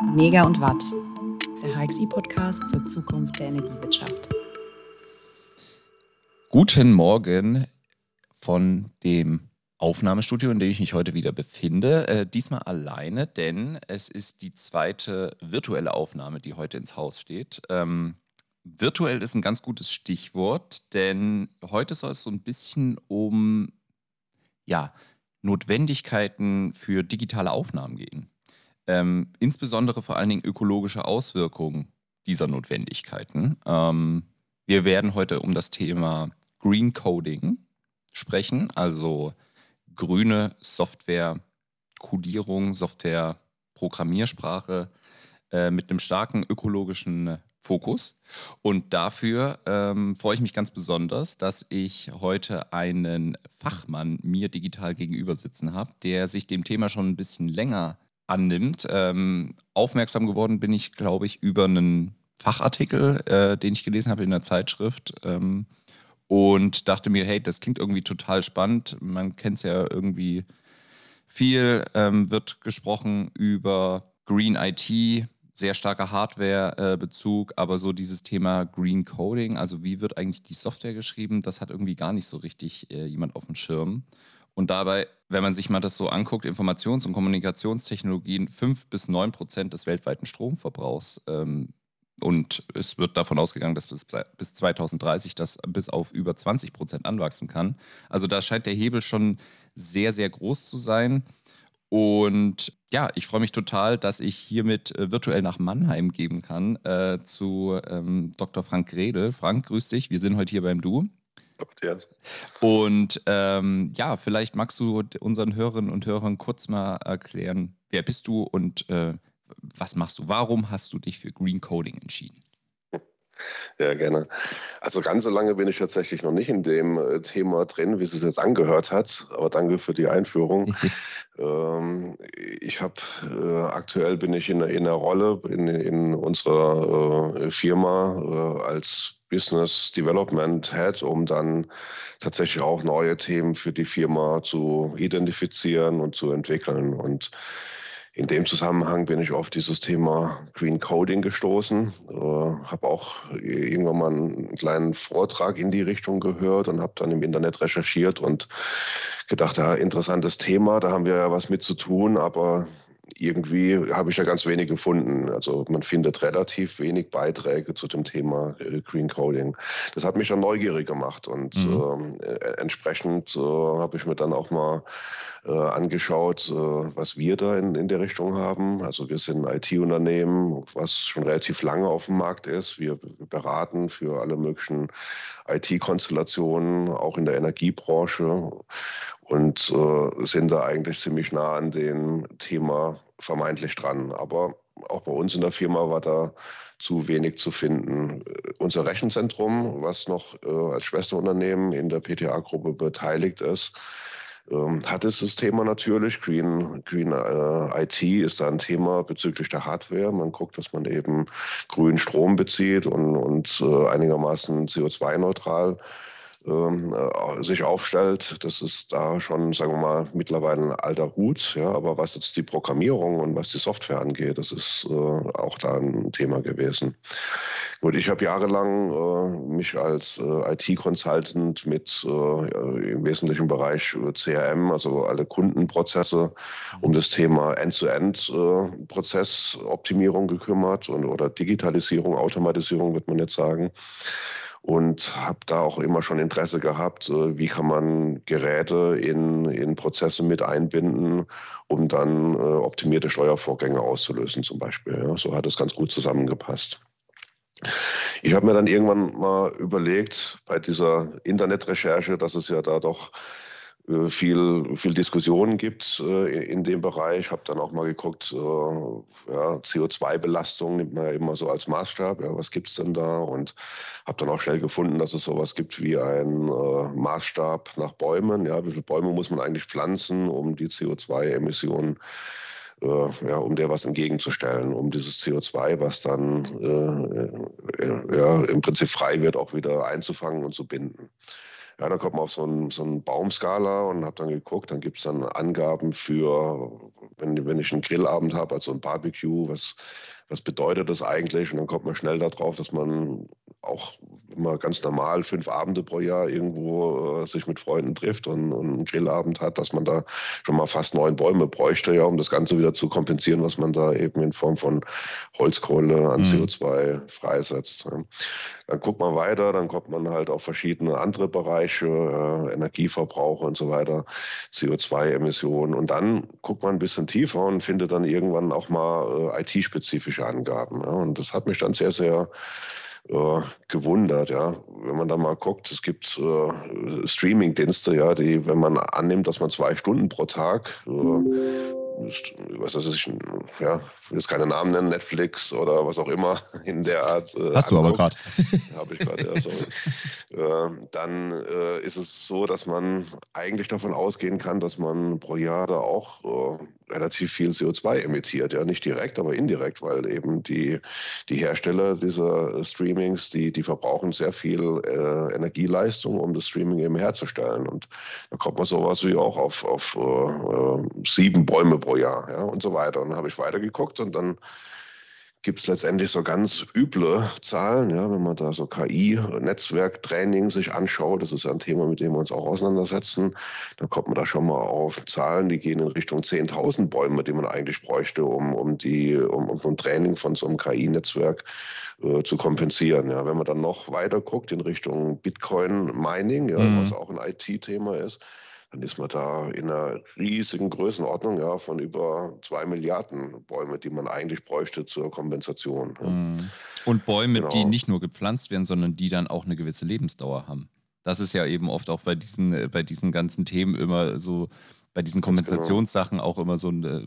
Mega und Watt, der HXI-Podcast zur Zukunft der Energiewirtschaft. Guten Morgen von dem Aufnahmestudio, in dem ich mich heute wieder befinde. Diesmal alleine, denn es ist die zweite virtuelle Aufnahme, die heute ins Haus steht. Virtuell ist ein ganz gutes Stichwort, denn heute soll es so ein bisschen um Notwendigkeiten für digitale Aufnahmen gehen. Insbesondere vor allen Dingen ökologische Auswirkungen dieser Notwendigkeiten. Wir werden heute um das Thema Green Coding sprechen, also grüne Software-Codierung, Software-Programmiersprache mit einem starken ökologischen Fokus. Und dafür freue ich mich ganz besonders, dass ich heute einen Fachmann mir digital gegenüber sitzen habe, der sich dem Thema schon ein bisschen länger annimmt. Aufmerksam geworden bin ich, glaube ich, über einen Fachartikel, den ich gelesen habe in der Zeitschrift. Und dachte mir, hey, das klingt irgendwie total spannend. Man kennt es ja irgendwie viel, wird gesprochen über Green IT, sehr starker Hardware-Bezug, aber so dieses Thema Green Coding, also wie wird eigentlich die Software geschrieben, das hat irgendwie gar nicht so richtig jemand auf dem Schirm. Und dabei, wenn man sich mal das so anguckt, Informations- und Kommunikationstechnologien 5-9% des weltweiten Stromverbrauchs und es wird davon ausgegangen, dass bis 2030 das bis auf über 20% anwachsen kann. Also da scheint der Hebel schon sehr, sehr groß zu sein. Und ja, ich freue mich total, dass ich hiermit virtuell nach Mannheim geben kann zu Dr. Frank Gredl. Frank, grüß dich. Wir sind heute hier beim Du. Matthias. Und vielleicht magst du unseren Hörerinnen und Hörern kurz mal erklären, wer bist du und was machst du? Warum hast du dich für Green Coding entschieden? Ja, gerne. Also ganz so lange bin ich tatsächlich noch nicht in dem Thema drin, wie es sich jetzt angehört hat. Aber danke für die Einführung. Aktuell bin ich in einer Rolle in unserer Firma als Business Development Head, um dann tatsächlich auch neue Themen für die Firma zu identifizieren und zu entwickeln. Und in dem Zusammenhang bin ich auf dieses Thema Green Coding gestoßen, habe auch irgendwann mal einen kleinen Vortrag in die Richtung gehört und habe dann im Internet recherchiert und gedacht, ja, interessantes Thema, da haben wir ja was mit zu tun, aber irgendwie habe ich ja ganz wenig gefunden. Also man findet relativ wenig Beiträge zu dem Thema Green Coding. Das hat mich dann neugierig gemacht und entsprechend habe ich mir dann auch mal angeschaut, was wir da in der Richtung haben. Also wir sind ein IT-Unternehmen, was schon relativ lange auf dem Markt ist. Wir beraten für alle möglichen IT-Konstellationen, auch in der Energiebranche und sind da eigentlich ziemlich nah an dem Thema vermeintlich dran. Aber auch bei uns in der Firma war da zu wenig zu finden. Unser Rechenzentrum, was noch als Schwesterunternehmen in der PTA-Gruppe beteiligt ist, hat das Thema natürlich. Green IT ist da ein Thema bezüglich der Hardware. Man guckt, dass man eben grünen Strom bezieht und einigermaßen CO2-neutral sich aufstellt. Das ist da schon, sagen wir mal, mittlerweile ein alter Hut. Ja, aber was jetzt die Programmierung und was die Software angeht, das ist auch da ein Thema gewesen. Gut, ich habe jahrelang mich als IT-Consultant mit im wesentlichen Bereich CRM, also alle Kundenprozesse, um das Thema End-to-End-Prozessoptimierung gekümmert oder Digitalisierung, Automatisierung, wird man jetzt sagen. Und habe da auch immer schon Interesse gehabt, wie kann man Geräte in Prozesse mit einbinden, um dann optimierte Steuervorgänge auszulösen zum Beispiel. Ja, so hat es ganz gut zusammengepasst. Ich habe mir dann irgendwann mal überlegt, bei dieser Internetrecherche, dass es ja da doch viel Diskussionen gibt in dem Bereich. Habe dann auch mal geguckt, CO2-Belastung nimmt man ja immer so als Maßstab. Ja, was gibt es denn da? Und habe dann auch schnell gefunden, dass es sowas gibt wie einen Maßstab nach Bäumen. Ja, wie viele Bäume muss man eigentlich pflanzen, um die CO2-Emissionen um der was entgegenzustellen, um dieses CO2, was dann im Prinzip frei wird, auch wieder einzufangen und zu binden. Ja, dann kommt man auf so einen Baumskala und habe dann geguckt, dann gibt es dann Angaben für, wenn ich einen Grillabend habe, also ein Barbecue, was bedeutet das eigentlich? Und dann kommt man schnell darauf, dass man auch immer ganz normal 5 Abende pro Jahr irgendwo sich mit Freunden trifft und einen Grillabend hat, dass man da schon mal fast 9 Bäume bräuchte, ja, um das Ganze wieder zu kompensieren, was man da eben in Form von Holzkohle an Mhm. CO2 freisetzt. Ja. Dann guckt man weiter, dann kommt man halt auf verschiedene andere Bereiche, Energieverbrauch und so weiter, CO2-Emissionen. Und dann guckt man ein bisschen tiefer und findet dann irgendwann auch mal IT-spezifische Angaben. Ja. Und das hat mich dann sehr, sehr gewundert, ja. Wenn man da mal guckt, es gibt Streaming-Dienste, ja, die, wenn man annimmt, dass man 2 Stunden pro Tag was weiß ich, ja, ich will jetzt keine Namen nennen, Netflix oder was auch immer in der Art Hast du aber anguckt, gerade. habe ich gerade, ja, sorry, dann ist es so, dass man eigentlich davon ausgehen kann, dass man pro Jahr da auch relativ viel CO2 emittiert. Ja, nicht direkt, aber indirekt, weil eben die Hersteller dieser Streamings, die verbrauchen sehr viel Energieleistung, um das Streaming eben herzustellen. Und da kommt man sowas wie auch auf 7 Bäume pro Jahr, ja, und so weiter. Und dann habe ich weitergeguckt und dann gibt es letztendlich so ganz üble Zahlen, ja, wenn man da so KI-Netzwerktraining sich anschaut, das ist ja ein Thema, mit dem wir uns auch auseinandersetzen, dann kommt man da schon mal auf Zahlen, die gehen in Richtung 10.000 Bäume, die man eigentlich bräuchte, um ein Training von so einem KI-Netzwerk zu kompensieren. Ja. Wenn man dann noch weiter guckt in Richtung Bitcoin-Mining, ja, was Mhm. auch ein IT-Thema ist, dann ist man da in einer riesigen Größenordnung, ja, von über 2 Milliarden Bäume, die man eigentlich bräuchte zur Kompensation. Ja. Mhm. Und Bäume, die Genau, nicht nur gepflanzt werden, sondern die dann auch eine gewisse Lebensdauer haben. Das ist ja eben oft auch bei diesen ganzen Themen immer so, bei diesen ganz genau. Kompensationssachen auch immer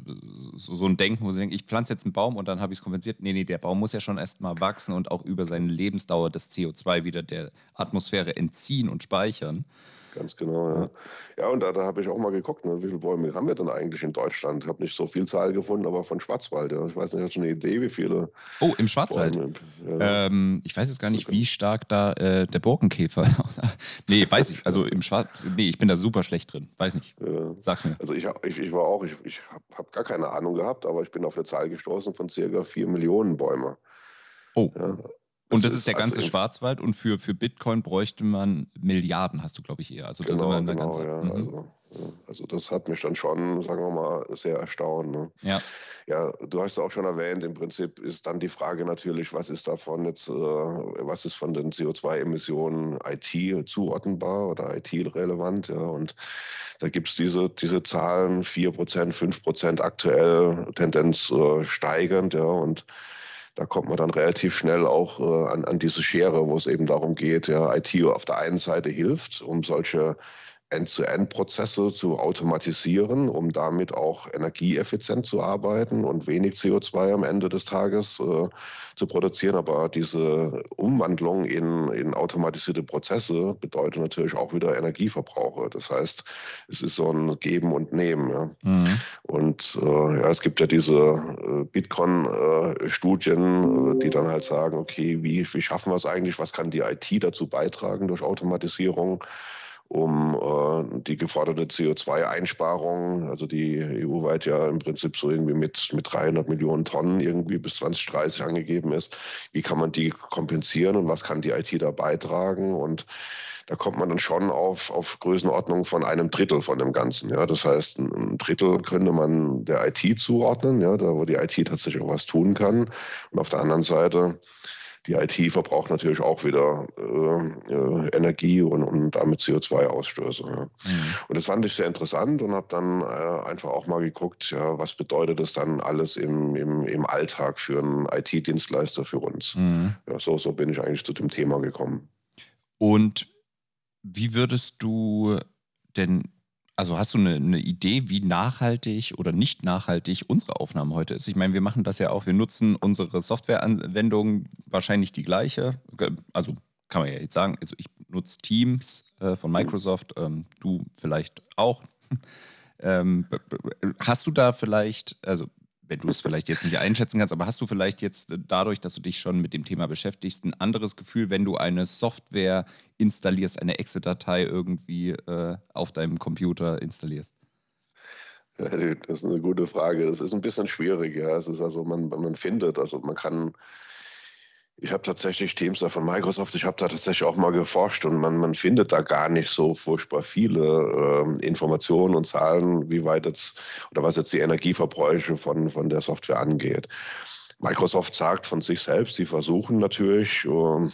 so ein Denken, wo sie denken, ich pflanze jetzt einen Baum und dann habe ich es kompensiert. Nee, der Baum muss ja schon erst mal wachsen und auch über seine Lebensdauer das CO2 wieder der Atmosphäre entziehen und speichern. Ganz genau, Ja. ja. Ja, und da habe ich auch mal geguckt, ne, wie viele Bäume haben wir denn eigentlich in Deutschland? Ich habe nicht so viel Zahl gefunden, aber von Schwarzwald, ja. Ich weiß nicht, hast du eine Idee, wie viele Oh, im Schwarzwald. Bäume? Ja, Ich weiß jetzt gar so nicht, wie stark da der Borkenkäfer. Nee, weiß ich. Also im Schwarz. Nee, ich bin da super schlecht drin. Weiß nicht. ja. Sag's mir. Also ich war auch, ich hab gar keine Ahnung gehabt, aber ich bin auf eine Zahl gestoßen von circa 4 Millionen Bäume. Oh. Ja, Und das das ist ist der also ganze im Schwarzwald und für Bitcoin bräuchte man Milliarden, hast du, glaube ich, eher. Also da sind wir Genau, in der genau, ganzen. ja. Mhm. Also das hat mich dann schon, sagen wir mal, sehr erstaunt. Ne? Ja. Ja, du hast es auch schon erwähnt, im Prinzip ist dann die Frage natürlich, was ist davon jetzt, was ist von den CO2-Emissionen IT zuordnenbar oder IT-relevant, ja. Und da gibt es diese Zahlen, 4%, 5% aktuell, Tendenz steigend, ja. Und da kommt man dann relativ schnell auch an diese Schere, wo es eben darum geht, ja, IT auf der einen Seite hilft, um solche End-zu-End-Prozesse zu automatisieren, um damit auch energieeffizient zu arbeiten und wenig CO2 am Ende des Tages zu produzieren. Aber diese Umwandlung in automatisierte Prozesse bedeutet natürlich auch wieder Energieverbrauche. Das heißt, es ist so ein Geben und Nehmen. Ja. Mhm. Und ja, es gibt ja diese Bitcoin-Studien, die dann halt sagen, okay, wie schaffen wir es eigentlich? Was kann die IT dazu beitragen durch Automatisierung, um die geforderte CO2-Einsparung, also die EU-weit ja im Prinzip so irgendwie mit 300 Millionen Tonnen irgendwie bis 2030 angegeben ist, wie kann man die kompensieren und was kann die IT da beitragen? Und da kommt man dann schon auf Größenordnung von einem Drittel von dem Ganzen. Ja. Das heißt, ein Drittel könnte man der IT zuordnen, ja, da wo die IT tatsächlich auch was tun kann. Und auf der anderen Seite, die IT verbraucht natürlich auch wieder Energie und damit CO2-Ausstöße. Ja. Mhm. Und das fand ich sehr interessant und habe dann einfach auch mal geguckt, ja, was bedeutet das dann alles im Alltag für einen IT-Dienstleister für uns. Mhm. Ja, so bin ich eigentlich zu dem Thema gekommen. Und wie würdest du denn, also hast du eine Idee, wie nachhaltig oder nicht nachhaltig unsere Aufnahme heute ist? Ich meine, wir machen das ja auch, wir nutzen unsere Softwareanwendung wahrscheinlich die gleiche. Also kann man ja jetzt sagen, also ich nutze Teams von Hm. Microsoft, du vielleicht auch. Hast du da vielleicht, also wenn du es vielleicht jetzt nicht einschätzen kannst, aber hast du vielleicht jetzt dadurch, dass du dich schon mit dem Thema beschäftigst, ein anderes Gefühl, wenn du eine Software installierst, eine Exe-Datei irgendwie auf deinem Computer installierst? Ja, das ist eine gute Frage. Das ist ein bisschen schwierig, ja. Es ist also man findet also, man kann ich habe tatsächlich Teams da von Microsoft ich habe da tatsächlich auch mal geforscht und man findet da gar nicht so furchtbar viele, Informationen und Zahlen, wie weit jetzt oder was jetzt die Energieverbräuche von der Software angeht. Microsoft sagt von sich selbst, sie versuchen natürlich,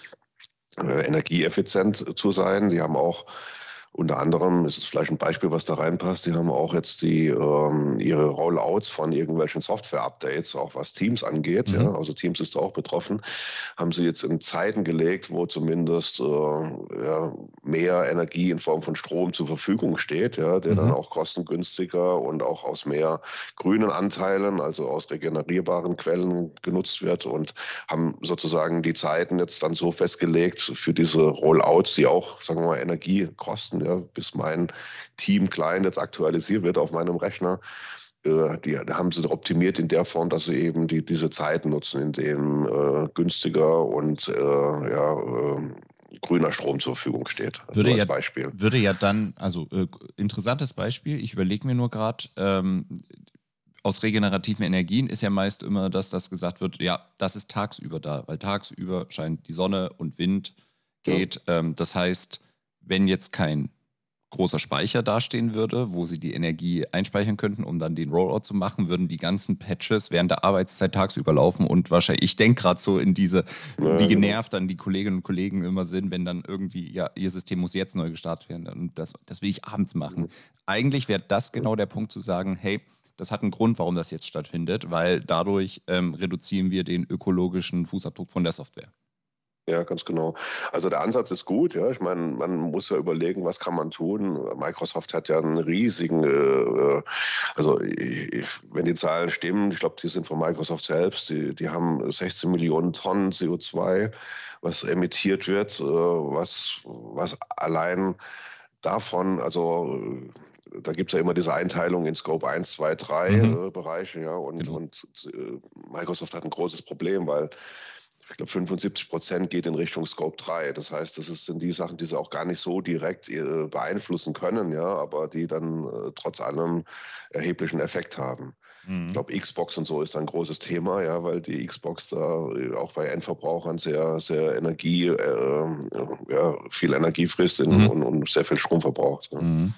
energieeffizient zu sein. Die haben auch unter anderem, ist es vielleicht ein Beispiel, was da reinpasst, die haben auch jetzt ihre Rollouts von irgendwelchen Software-Updates, auch was Teams angeht, ja, Mhm. also Teams ist auch betroffen, haben sie jetzt in Zeiten gelegt, wo zumindest ja, mehr Energie in Form von Strom zur Verfügung steht, ja, der dann Mhm. auch kostengünstiger und auch aus mehr grünen Anteilen, also aus regenerierbaren Quellen genutzt wird und haben sozusagen die Zeiten jetzt dann so festgelegt für diese Rollouts, die auch, sagen wir mal, Energie kosten, ja, bis mein Team-Client jetzt aktualisiert wird auf meinem Rechner. Da haben sie optimiert in der Form, dass sie eben diese Zeiten nutzen, in denen günstiger und ja, grüner Strom zur Verfügung steht. Würde Nur als ja, Beispiel. würde ja dann, also interessantes Beispiel, ich überlege mir nur gerade, aus regenerativen Energien ist ja meist immer, dass das gesagt wird, ja, das ist tagsüber da, weil tagsüber scheint die Sonne und Wind Ja. geht. Das heißt, wenn jetzt kein großer Speicher dastehen würde, wo sie die Energie einspeichern könnten, um dann den Rollout zu machen, würden die ganzen Patches während der Arbeitszeit tagsüber laufen und wahrscheinlich, ich denke gerade so in diese, wie Ja, genau. genervt dann die Kolleginnen und Kollegen immer sind, wenn dann irgendwie, ja, ihr System muss jetzt neu gestartet werden und das will ich abends machen. Eigentlich wäre das genau der Punkt zu sagen, hey, das hat einen Grund, warum das jetzt stattfindet, weil dadurch reduzieren wir den ökologischen Fußabdruck von der Software. Ja, ganz genau. Also der Ansatz ist gut, ja. Ich meine, man muss ja überlegen, was kann man tun. Microsoft hat ja einen riesigen, also wenn die Zahlen stimmen, ich glaube, die sind von Microsoft selbst, die haben 16 Millionen Tonnen CO2, was emittiert wird, was allein davon, also da gibt es ja immer diese Einteilung in Scope 1, 2, 3 Mhm, Bereiche, ja, genau. und Microsoft hat ein großes Problem, weil ich glaube, 75% geht in Richtung Scope 3. Das heißt, sind die Sachen, die sie auch gar nicht so direkt beeinflussen können, ja, aber die dann trotz allem erheblichen Effekt haben. Ich Mhm. glaube, Xbox und so ist ein großes Thema, ja, weil die Xbox da auch bei Endverbrauchern sehr, sehr ja, viel Energie frisst Mhm. und sehr viel Strom verbraucht. Ja. Mhm.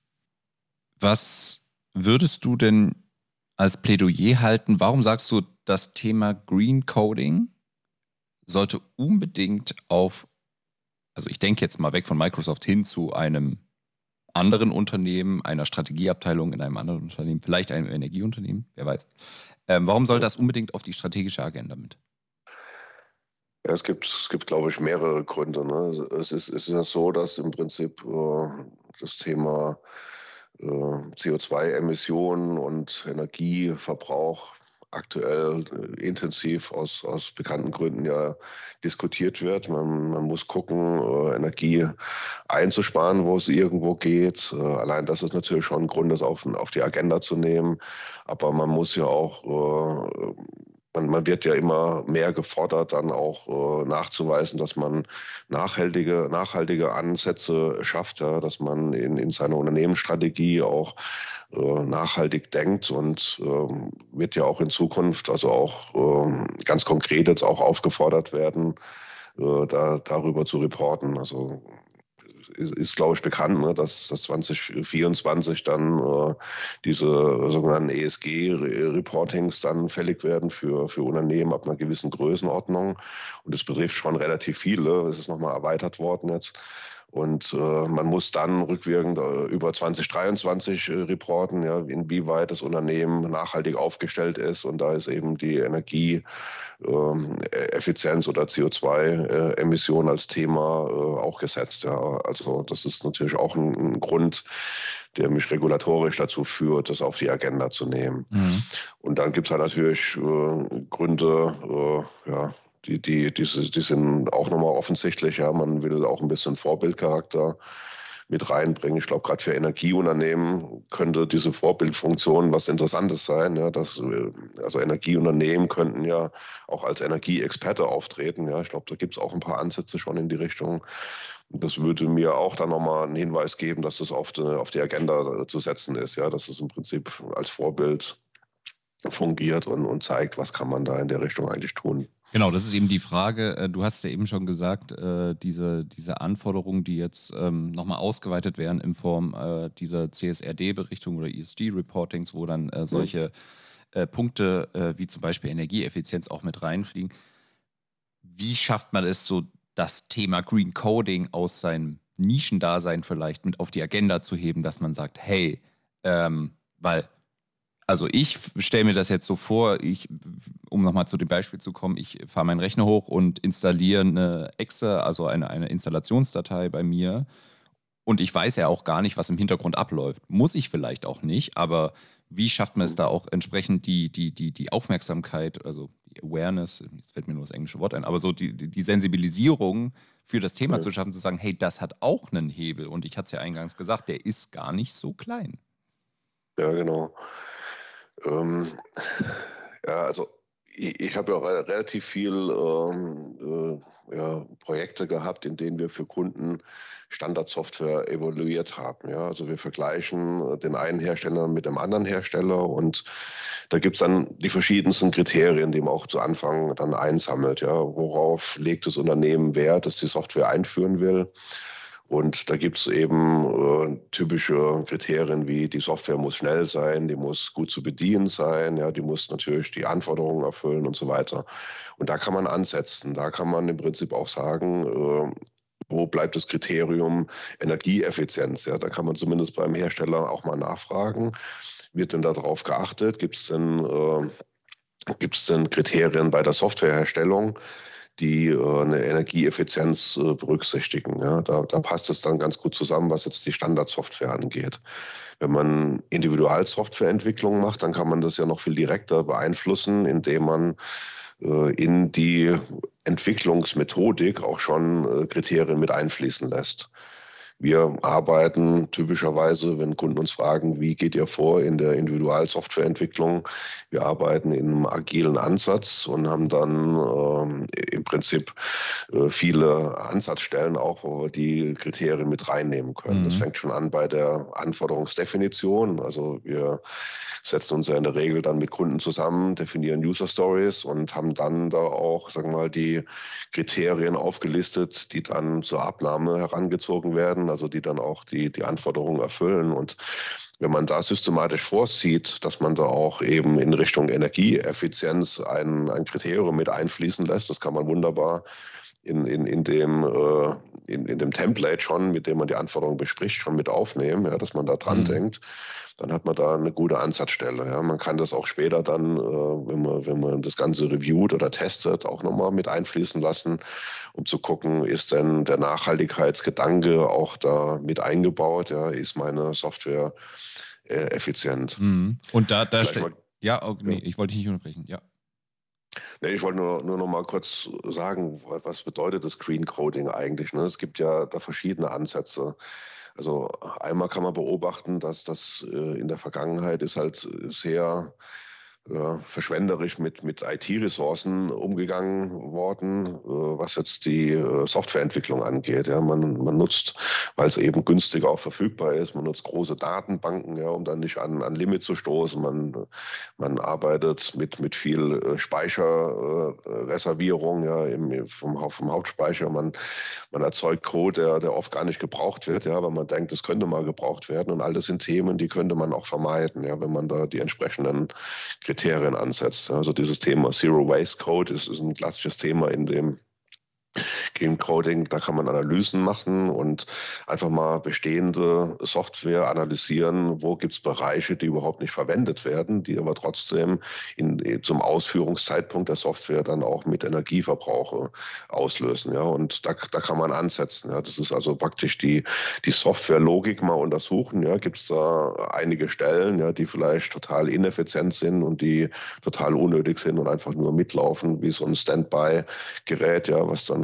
Was würdest du denn als Plädoyer halten? Warum sagst du, das Thema Green Coding sollte unbedingt also ich denke jetzt mal weg von Microsoft hin zu einem anderen Unternehmen, einer Strategieabteilung in einem anderen Unternehmen, vielleicht einem Energieunternehmen, wer weiß. Warum soll Ja. das unbedingt auf die strategische Agenda mit? Ja, es gibt, glaube ich, mehrere Gründe. Ne? Es ist ja so, dass im Prinzip das Thema CO2-Emissionen und Energieverbrauch aktuell intensiv aus bekannten Gründen ja diskutiert wird. Man muss gucken, Energie einzusparen, wo es irgendwo geht. Allein das ist natürlich schon ein Grund, das auf die Agenda zu nehmen. Aber man muss ja auch man wird ja immer mehr gefordert, dann auch nachzuweisen, dass man nachhaltige Ansätze schafft, ja, dass man in seiner Unternehmensstrategie auch nachhaltig denkt und wird ja auch in Zukunft, also auch ganz konkret jetzt auch aufgefordert werden, darüber zu reporten. Also ist, glaube ich, bekannt, ne, dass 2024 dann diese sogenannten ESG-Reportings dann fällig werden für Unternehmen ab einer gewissen Größenordnung. Und das betrifft schon relativ viele. Es ist nochmal erweitert worden jetzt. Und man muss dann rückwirkend über 2023 reporten, ja, inwieweit das Unternehmen nachhaltig aufgestellt ist. Und da ist eben die Energieeffizienz oder CO2-Emission als Thema auch gesetzt. Ja. Also das ist natürlich auch ein Grund, der mich regulatorisch dazu führt, das auf die Agenda zu nehmen. Mhm. Und dann gibt es halt natürlich Gründe, ja, die sind auch nochmal offensichtlich. Ja. Man will auch ein bisschen Vorbildcharakter mit reinbringen. Ich glaube, gerade für Energieunternehmen könnte diese Vorbildfunktion was Interessantes sein. Ja, also Energieunternehmen könnten ja auch als Energieexperte auftreten. Ja, ich glaube, da gibt es auch ein paar Ansätze schon in die Richtung. Und das würde mir auch dann nochmal einen Hinweis geben, dass das auf die Agenda zu setzen ist. Ja, dass es im Prinzip als Vorbild fungiert und zeigt, was kann man da in der Richtung eigentlich tun. Genau, das ist eben die Frage. Du hast ja eben schon gesagt, diese Anforderungen, die jetzt nochmal ausgeweitet werden in Form dieser CSRD-Berichtung oder ESG-Reportings, wo dann solche Punkte wie zum Beispiel Energieeffizienz auch mit reinfliegen. Wie schafft man es, so das Thema Green Coding aus seinem Nischendasein vielleicht mit auf die Agenda zu heben, dass man sagt, hey, weil also ich stelle mir das jetzt so vor, um nochmal zu dem Beispiel zu kommen, ich fahre meinen Rechner hoch und installiere eine Exe, also eine Installationsdatei bei mir. Und ich weiß ja auch gar nicht, was im Hintergrund abläuft. Muss ich vielleicht auch nicht, aber wie schafft man es da auch entsprechend die Aufmerksamkeit, also die Awareness, jetzt fällt mir nur das englische Wort ein, aber so die Sensibilisierung für das Thema zu schaffen, zu sagen, hey, das hat auch einen Hebel. Und ich hatte es ja eingangs gesagt, der ist gar nicht so klein. Ja, genau. Ja, also ich habe ja relativ viel Projekte gehabt, in denen wir für Kunden Standardsoftware evaluiert haben. Ja, also wir vergleichen den einen Hersteller mit dem anderen Hersteller und da gibt es dann die verschiedensten Kriterien, die man auch zu Anfang dann einsammelt. Ja, worauf legt das Unternehmen Wert, dass die Software einführen will? Und da gibt es eben typische Kriterien wie die Software muss schnell sein, die muss gut zu bedienen sein, ja, die muss natürlich die Anforderungen erfüllen und so weiter. Und da kann man ansetzen, da kann man im Prinzip auch sagen, wo bleibt das Kriterium Energieeffizienz? Ja, da kann man zumindest beim Hersteller auch mal nachfragen. Wird denn darauf geachtet? Gibt es denn Kriterien bei der Softwareherstellung, die eine Energieeffizienz berücksichtigen? Ja, da passt es dann ganz gut zusammen, was jetzt die Standardsoftware angeht. Wenn man Individualsoftwareentwicklung macht, dann kann man das ja noch viel direkter beeinflussen, indem man in die Entwicklungsmethodik auch schon Kriterien mit einfließen lässt. Wir arbeiten typischerweise, wenn Kunden uns fragen, wie geht ihr vor in der Individualsoftwareentwicklung? Wir arbeiten in einem agilen Ansatz und haben dann im Prinzip viele Ansatzstellen auch, wo wir die Kriterien mit reinnehmen können. Das fängt schon an bei der Anforderungsdefinition. Also wir setzen uns ja in der Regel dann mit Kunden zusammen, definieren User Stories und haben dann da auch, sagen wir mal, die Kriterien aufgelistet, die dann zur Abnahme herangezogen werden, also die dann auch die Anforderungen erfüllen. Und wenn man da systematisch vorsieht, dass man da auch eben in Richtung Energieeffizienz ein Kriterium mit einfließen lässt, das kann man wunderbar in dem Template schon, mit dem man die Anforderungen bespricht, schon mit aufnehmen, ja, dass man da dran denkt, dann hat man da eine gute Ansatzstelle. Ja. Man kann das auch später dann, wenn man das Ganze reviewt oder testet, auch nochmal mit einfließen lassen, um zu gucken, ist denn der Nachhaltigkeitsgedanke auch da mit eingebaut, ja, ist meine Software effizient. Und da stellt, ja, oh, nee, ich wollte dich nicht unterbrechen, ja. Nee, ich wollte nur noch mal kurz sagen, was bedeutet das Green Coding eigentlich? Ne? Es gibt ja da verschiedene Ansätze. Also einmal kann man beobachten, dass das in der Vergangenheit ist halt sehr verschwenderisch mit IT-Ressourcen umgegangen worden, was jetzt die Softwareentwicklung angeht. Ja, man nutzt, weil es eben günstiger auch verfügbar ist, man nutzt große Datenbanken, ja, um dann nicht an Limit zu stoßen. Man arbeitet mit viel Speicherreservierung ja, vom Hauptspeicher. Man erzeugt Code, der oft gar nicht gebraucht wird, ja, weil man denkt, das könnte mal gebraucht werden. Und all das sind Themen, die könnte man auch vermeiden, ja, wenn man da die entsprechenden Kriterien ansetzt. Also dieses Thema Zero Waste Code ist ein klassisches Thema in dem Green Coding. Da kann man Analysen machen und einfach mal bestehende Software analysieren, wo gibt es Bereiche, die überhaupt nicht verwendet werden, die aber trotzdem zum Ausführungszeitpunkt der Software dann auch mit Energieverbrauch auslösen. Ja? Und da kann man ansetzen. Ja? Das ist also praktisch die Softwarelogik mal untersuchen. Ja? Gibt es da einige Stellen, ja, die vielleicht total ineffizient sind und die total unnötig sind und einfach nur mitlaufen wie so ein Standby-Gerät, ja, was dann halt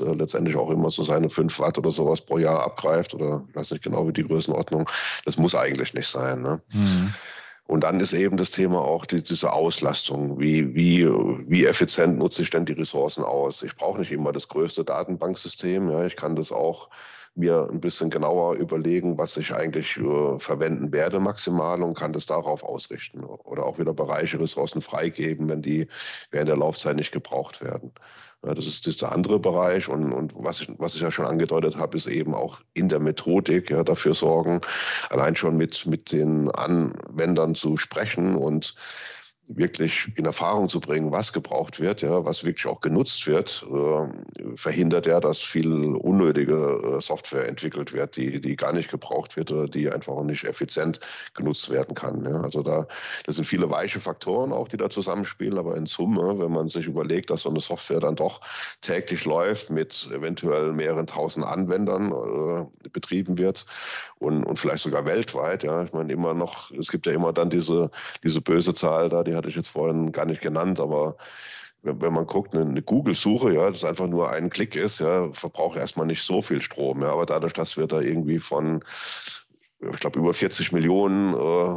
letztendlich auch immer so seine 5 Watt oder sowas pro Jahr abgreift oder ich weiß nicht genau, wie die Größenordnung. Das muss eigentlich nicht sein. Ne? Und dann ist eben das Thema auch diese Auslastung. Wie effizient nutze ich denn die Ressourcen aus? Ich brauche nicht immer das größte Datenbanksystem. Ja, ich kann das auch mir ein bisschen genauer überlegen, was ich eigentlich verwenden werde maximal und kann das darauf ausrichten. Oder auch wieder Bereiche, Ressourcen freigeben, wenn die während der Laufzeit nicht gebraucht werden. Ja, das ist dieser andere Bereich und was ich ja schon angedeutet habe, ist eben auch in der Methodik ja, dafür sorgen, allein schon mit den Anwendern zu sprechen und wirklich in Erfahrung zu bringen, was gebraucht wird, ja, was wirklich auch genutzt wird, verhindert ja, dass viel unnötige Software entwickelt wird, die gar nicht gebraucht wird oder die einfach nicht effizient genutzt werden kann. Ja. Also das sind viele weiche Faktoren auch, die da zusammenspielen, aber in Summe, wenn man sich überlegt, dass so eine Software dann doch täglich läuft, mit eventuell mehreren tausend Anwendern betrieben wird und vielleicht sogar weltweit, ja, ich meine immer noch, es gibt ja immer dann diese böse Zahl da, die hatte ich jetzt vorhin gar nicht genannt, aber wenn man guckt, eine Google-Suche, ja, das einfach nur ein Klick ist, ja, verbraucht erstmal nicht so viel Strom, ja, aber dadurch, dass wir da irgendwie von, ich glaube, über 40 Millionen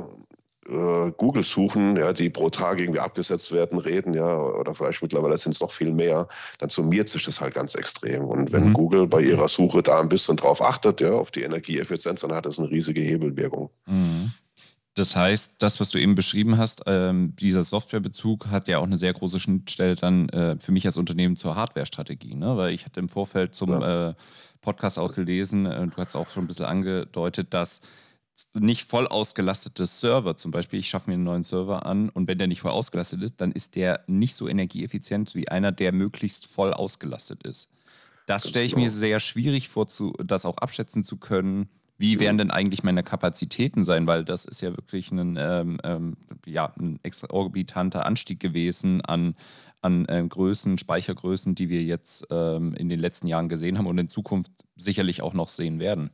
Google-Suchen, ja, die pro Tag irgendwie abgesetzt werden, reden, ja, oder vielleicht mittlerweile sind es noch viel mehr, dann summiert sich das halt ganz extrem. Und wenn Google bei ihrer Suche da ein bisschen drauf achtet, ja, auf die Energieeffizienz, dann hat das eine riesige Hebelwirkung. Das heißt, das, was du eben beschrieben hast, dieser Softwarebezug hat ja auch eine sehr große Schnittstelle dann für mich als Unternehmen zur Hardware-Strategie, ne? Weil ich hatte im Vorfeld zum Podcast auch gelesen, du hast auch schon ein bisschen angedeutet, dass nicht voll ausgelastete Server, zum Beispiel, ich schaffe mir einen neuen Server an und wenn der nicht voll ausgelastet ist, dann ist der nicht so energieeffizient wie einer, der möglichst voll ausgelastet ist. Das stelle ich mir sehr schwierig vor, das auch abschätzen zu können. Wie werden denn eigentlich meine Kapazitäten sein? Weil das ist ja wirklich ein exorbitanter Anstieg gewesen an Größen, Speichergrößen, die wir jetzt in den letzten Jahren gesehen haben und in Zukunft sicherlich auch noch sehen werden.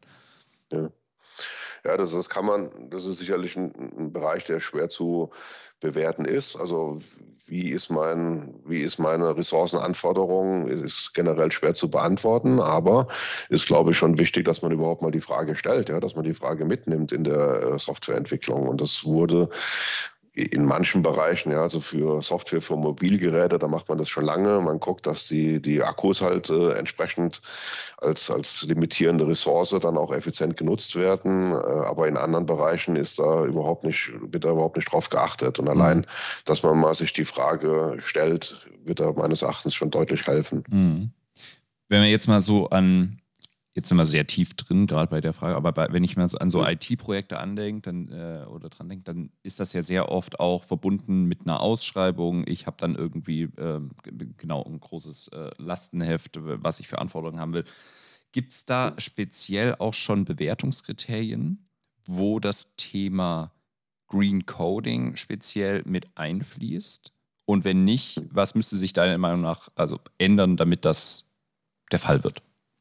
Ja, das ist sicherlich ein Bereich, der schwer zu bewerten ist. Also wie ist meine Ressourcenanforderung, ist generell schwer zu beantworten, aber ist, glaube ich, schon wichtig, dass man überhaupt mal die Frage stellt, ja, dass man die Frage mitnimmt in der Softwareentwicklung. Und das wurde in manchen Bereichen, ja, also für Software für Mobilgeräte, da macht man das schon lange. Man guckt, dass die Akkus halt entsprechend als limitierende Ressource dann auch effizient genutzt werden. Aber in anderen Bereichen wird da überhaupt nicht drauf geachtet. Und allein, dass man mal sich die Frage stellt, wird da meines Erachtens schon deutlich helfen. Wenn wir jetzt mal so jetzt sind wir sehr tief drin, gerade bei der Frage, aber wenn ich mal an so IT-Projekte andenke dran denke, dann ist das ja sehr oft auch verbunden mit einer Ausschreibung. Ich habe dann irgendwie ein großes Lastenheft, was ich für Anforderungen haben will. Gibt es da speziell auch schon Bewertungskriterien, wo das Thema Green Coding speziell mit einfließt? Und wenn nicht, was müsste sich deiner Meinung nach ändern, damit das der Fall wird?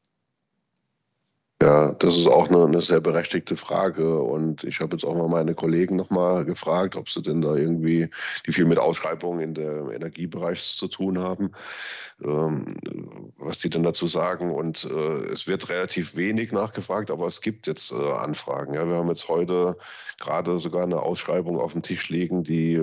Ja, das ist auch eine sehr berechtigte Frage und ich habe jetzt auch mal meine Kollegen nochmal gefragt, ob sie denn da irgendwie, die viel mit Ausschreibungen in der Energiebereich zu tun haben, was die denn dazu sagen und es wird relativ wenig nachgefragt, aber es gibt jetzt Anfragen. Ja, wir haben jetzt heute gerade sogar eine Ausschreibung auf dem Tisch liegen, die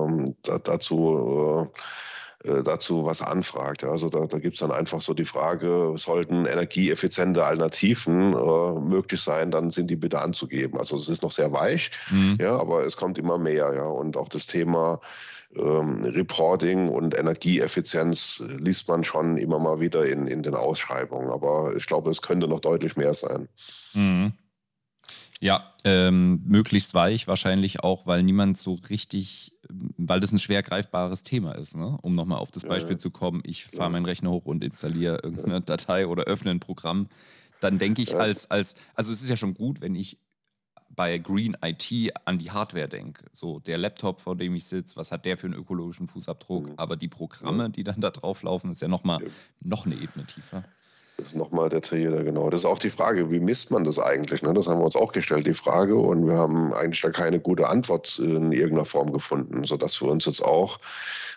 dazu was anfragt. Also da gibt es dann einfach so die Frage, sollten energieeffiziente Alternativen möglich sein, dann sind die bitte anzugeben. Also es ist noch sehr weich, ja, aber es kommt immer mehr. Ja. Und auch das Thema Reporting und Energieeffizienz liest man schon immer mal wieder in den Ausschreibungen. Aber ich glaube, es könnte noch deutlich mehr sein. Ja, möglichst weich wahrscheinlich auch, weil niemand so richtig, weil das ein schwer greifbares Thema ist, ne? Um nochmal auf das Beispiel zu kommen, ich fahre meinen Rechner hoch und installiere irgendeine Datei oder öffne ein Programm, dann denke ich also es ist ja schon gut, wenn ich bei Green IT an die Hardware denke. So der Laptop, vor dem ich sitze, was hat der für einen ökologischen Fußabdruck? Aber die Programme, die dann da drauf laufen, ist ja noch eine Ebene tiefer. Das ist nochmal der Trailer, genau. Das ist auch die Frage, wie misst man das eigentlich? Ne? Das haben wir uns auch gestellt, die Frage. Und wir haben eigentlich da keine gute Antwort in irgendeiner Form gefunden, sodass wir uns jetzt auch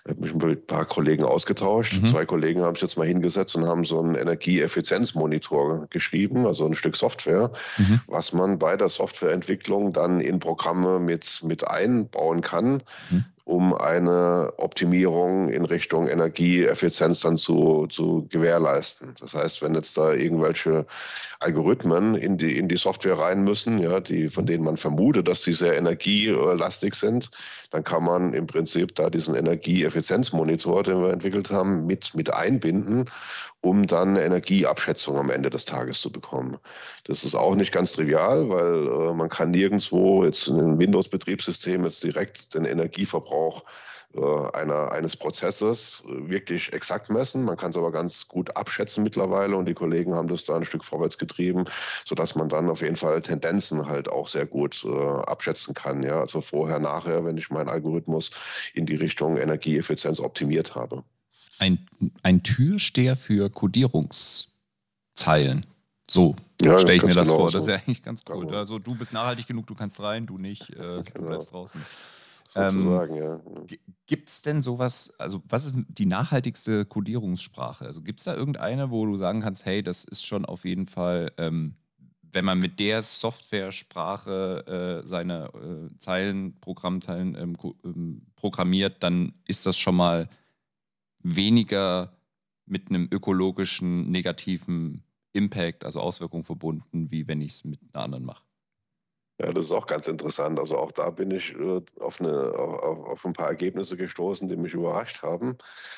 Ich habe mich mit ein paar Kollegen ausgetauscht. 2 Kollegen haben sich jetzt mal hingesetzt und haben so einen Energieeffizienzmonitor geschrieben, also ein Stück Software, was man bei der Softwareentwicklung dann in Programme mit einbauen kann, um eine Optimierung in Richtung Energieeffizienz dann zu gewährleisten. Das heißt, wenn jetzt da irgendwelche Algorithmen in die Software rein müssen, ja, von denen man vermutet, dass die sehr energielastig sind, dann kann man im Prinzip da diesen Energieeffizienzmonitor, den wir entwickelt haben, mit einbinden, um dann eine Energieabschätzung am Ende des Tages zu bekommen. Das ist auch nicht ganz trivial, weil man kann nirgendwo jetzt in einem Windows-Betriebssystem jetzt direkt den Energieverbrauch eines Prozesses wirklich exakt messen. Man kann es aber ganz gut abschätzen mittlerweile und die Kollegen haben das da ein Stück vorwärts getrieben, sodass man dann auf jeden Fall Tendenzen halt auch sehr gut abschätzen kann. Ja? Also vorher, nachher, wenn ich meinen Algorithmus in die Richtung Energieeffizienz optimiert habe. Ein Türsteher für Codierungszeilen. So Ja, stelle ich mir ganz das genau vor. so. Das ist ja eigentlich ganz cool. Genau. Also du bist nachhaltig genug, du kannst rein, du nicht, du Genau. bleibst draußen. Sozusagen, ja. Gibt es denn sowas, also was ist die nachhaltigste Codierungssprache? Also gibt es da irgendeine, wo du sagen kannst, hey, das ist schon auf jeden Fall, wenn man mit der Softwaresprache seine Programmzeilen programmiert, dann ist das schon mal weniger mit einem ökologischen negativen Impact, also Auswirkungen verbunden, wie wenn ich es mit einer anderen mache. Ja, das ist auch ganz interessant. Also auch da bin ich auf ein paar Ergebnisse gestoßen, die mich überrascht haben.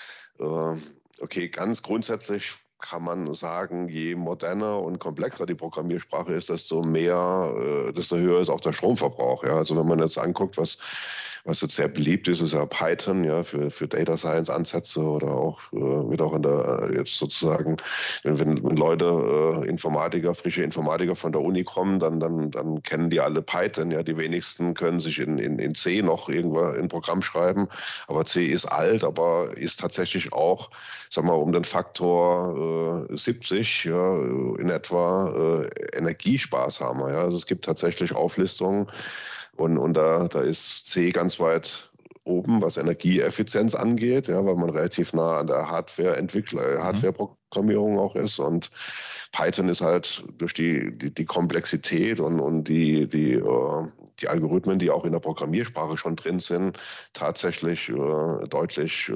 Okay, ganz grundsätzlich kann man sagen, je moderner und komplexer die Programmiersprache ist, desto höher ist auch der Stromverbrauch. Ja? Also wenn man jetzt anguckt, was jetzt sehr beliebt ist ja Python, ja, für Data Science Ansätze oder auch wird auch jetzt sozusagen, wenn Leute frische Informatiker von der Uni kommen, dann kennen die alle Python. Ja, die wenigsten können sich in C noch irgendwo ein Programm schreiben, aber C ist alt, aber ist tatsächlich auch, sag mal, um den Faktor 70 ja, in etwa energiesparsamer. Ja. Also es gibt tatsächlich Auflistungen und da ist C ganz weit oben, was Energieeffizienz angeht, ja, weil man relativ nah an der Hardware-Programmierung auch ist. Und Python ist halt durch die Komplexität und die Algorithmen, die auch in der Programmiersprache schon drin sind, tatsächlich deutlich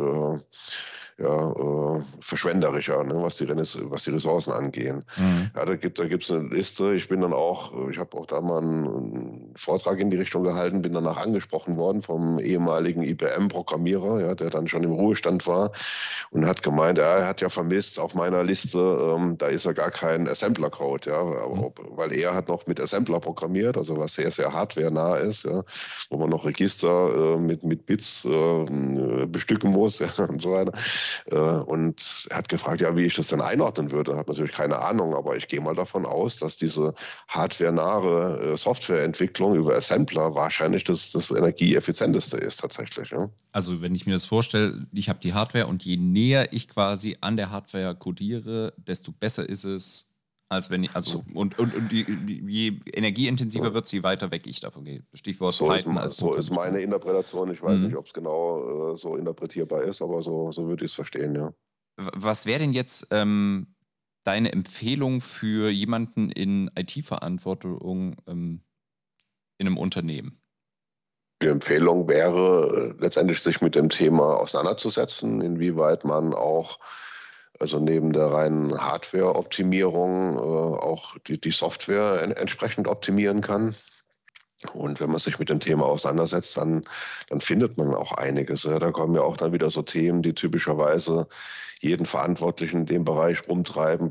verschwenderischer, ne, was die Ressourcen angehen. Ja, da gibt's eine Liste. Ich habe auch da mal einen Vortrag in die Richtung gehalten, bin danach angesprochen worden vom ehemaligen IBM-Programmierer, ja, der dann schon im Ruhestand war und hat gemeint, er hat ja vermisst auf meiner Liste, da ist ja gar kein Assembler-Code, ja, weil er hat noch mit Assembler programmiert, also was sehr, sehr hardware-nah ist, ja, wo man noch Register mit Bits bestücken muss, ja, und so weiter. Und er hat gefragt, ja, wie ich das denn einordnen würde. Er hat natürlich keine Ahnung, aber ich gehe mal davon aus, dass diese hardware-nahe Softwareentwicklung über Assembler wahrscheinlich das energieeffizienteste ist tatsächlich. Ja. Also wenn ich mir das vorstelle, ich habe die Hardware und je näher ich quasi an der Hardware codiere, desto besser ist es, als wenn ich, also und je energieintensiver wird es, je weiter weg ich davon gehe. Stichwort Python als So ist meine Interpretation. Ich weiß nicht, ob es genau so interpretierbar ist, aber so würde ich es verstehen, ja. Was wäre denn jetzt deine Empfehlung für jemanden in IT-Verantwortung in einem Unternehmen? Die Empfehlung wäre letztendlich, sich mit dem Thema auseinanderzusetzen, inwieweit man auch, also neben der reinen Hardware-Optimierung, auch die Software entsprechend optimieren kann. Und wenn man sich mit dem Thema auseinandersetzt, dann findet man auch einiges. Ja. Da kommen ja auch dann wieder so Themen, die typischerweise jeden Verantwortlichen in dem Bereich rumtreiben.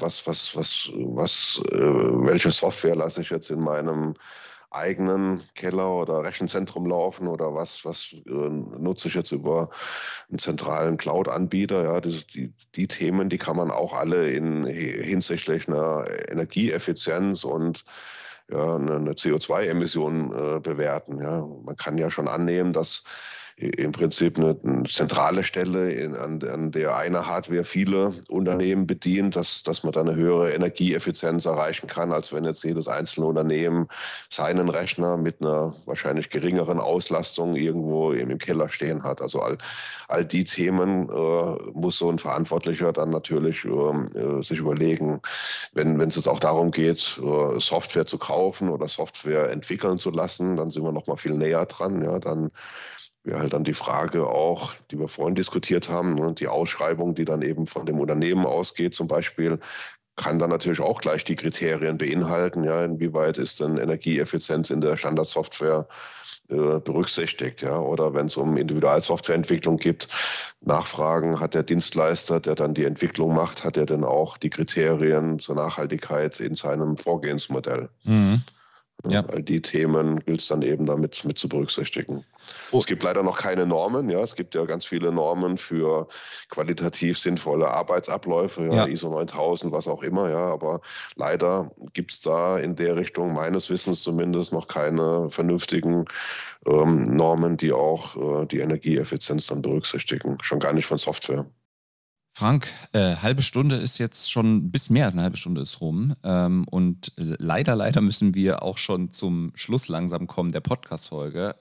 Welche Software lasse ich jetzt in meinem eigenen Keller oder Rechenzentrum laufen oder was nutze ich jetzt über einen zentralen Cloud-Anbieter? Ja, die Themen, die kann man auch alle hinsichtlich einer Energieeffizienz und eine CO2-Emission bewerten. Ja. Man kann ja schon annehmen, dass im Prinzip eine zentrale Stelle, an der eine Hardware viele Unternehmen bedient, dass man dann eine höhere Energieeffizienz erreichen kann, als wenn jetzt jedes einzelne Unternehmen seinen Rechner mit einer wahrscheinlich geringeren Auslastung irgendwo im Keller stehen hat. Also all die Themen muss so ein Verantwortlicher dann natürlich sich überlegen, wenn es jetzt auch darum geht, Software zu kaufen oder Software entwickeln zu lassen, dann sind wir noch mal viel näher dran. Ja, dann wäre halt dann die Frage auch, die wir vorhin diskutiert haben, ne, die Ausschreibung, die dann eben von dem Unternehmen ausgeht zum Beispiel, kann dann natürlich auch gleich die Kriterien beinhalten. Ja, inwieweit ist denn Energieeffizienz in der Standardsoftware berücksichtigt, ja, oder wenn es um Individualsoftwareentwicklung geht, nachfragen, hat der Dienstleister, der dann die Entwicklung macht, hat er denn auch die Kriterien zur Nachhaltigkeit in seinem Vorgehensmodell? Mhm. Ja. All die Themen gilt es dann eben damit mit zu berücksichtigen. Es gibt leider noch keine Normen. Ja, es gibt ja ganz viele Normen für qualitativ sinnvolle Arbeitsabläufe, ja, ISO 9000, was auch immer. Ja, aber leider gibt es da in der Richtung meines Wissens zumindest noch keine vernünftigen Normen, die auch die Energieeffizienz dann berücksichtigen. Schon gar nicht von Software. Frank, halbe Stunde ist jetzt schon, ein bisschen mehr als eine halbe Stunde ist rum. Und leider müssen wir auch schon zum Schluss langsam kommen der Podcast-Folge.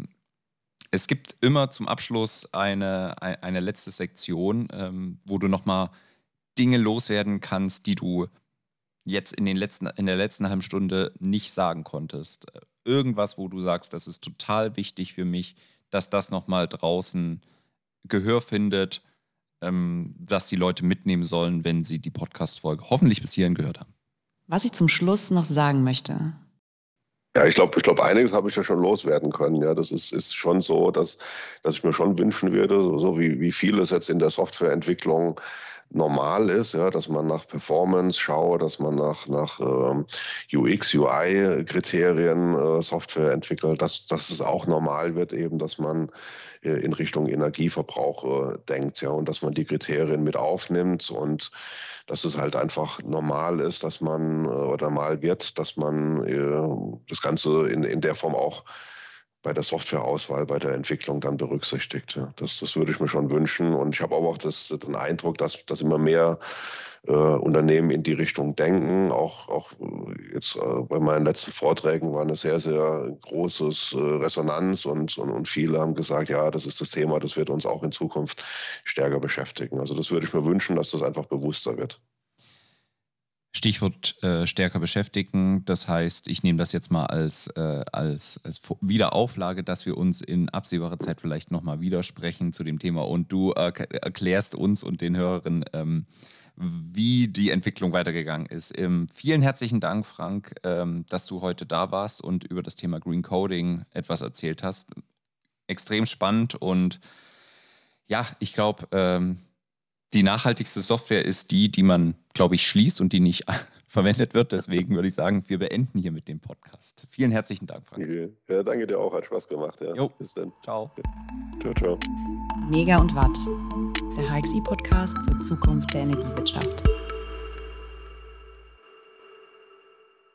Es gibt immer zum Abschluss eine letzte Sektion, wo du nochmal Dinge loswerden kannst, die du jetzt in der letzten halben Stunde nicht sagen konntest. Irgendwas, wo du sagst, das ist total wichtig für mich, dass das nochmal draußen Gehör findet, dass die Leute mitnehmen sollen, wenn sie die Podcast-Folge hoffentlich bis hierhin gehört haben. Was ich zum Schluss noch sagen möchte. Ja, ich glaube, einiges habe ich ja schon loswerden können. Ja, das ist schon so, dass ich mir schon wünschen würde, so wie vieles jetzt in der Softwareentwicklung normal ist, ja, dass man nach Performance schaut, dass man nach UX, UI-Kriterien Software entwickelt, dass es auch normal wird, eben, dass man in Richtung Energieverbrauch denkt, ja, und dass man die Kriterien mit aufnimmt und dass es halt einfach normal ist, dass man oder mal wird, dass man das Ganze in der Form auch bei der Softwareauswahl, bei der Entwicklung dann berücksichtigt. Ja. Das würde ich mir schon wünschen. Und ich habe aber auch den Eindruck, dass immer mehr Unternehmen in die Richtung denken. Auch jetzt bei meinen letzten Vorträgen war eine sehr, sehr großes Resonanz und viele haben gesagt, ja, das ist das Thema, das wird uns auch in Zukunft stärker beschäftigen. Also das würde ich mir wünschen, dass das einfach bewusster wird. Stichwort stärker beschäftigen. Das heißt, ich nehme das jetzt mal als Wiederauflage, dass wir uns in absehbarer Zeit vielleicht nochmal widersprechen zu dem Thema und du erklärst uns und den Hörerinnen, wie die Entwicklung weitergegangen ist. Vielen herzlichen Dank, Frank, dass du heute da warst und über das Thema Green Coding etwas erzählt hast. Extrem spannend und ja, ich glaube, die nachhaltigste Software ist die man, glaube ich, schließt und die nicht verwendet wird. Deswegen würde ich sagen, wir beenden hier mit dem Podcast. Vielen herzlichen Dank, Frank. Ja, danke dir auch. Hat Spaß gemacht. Ja. Jo. Bis dann. Ciao. Ciao. Mega und Watt, der HXI-Podcast zur Zukunft der Energiewirtschaft.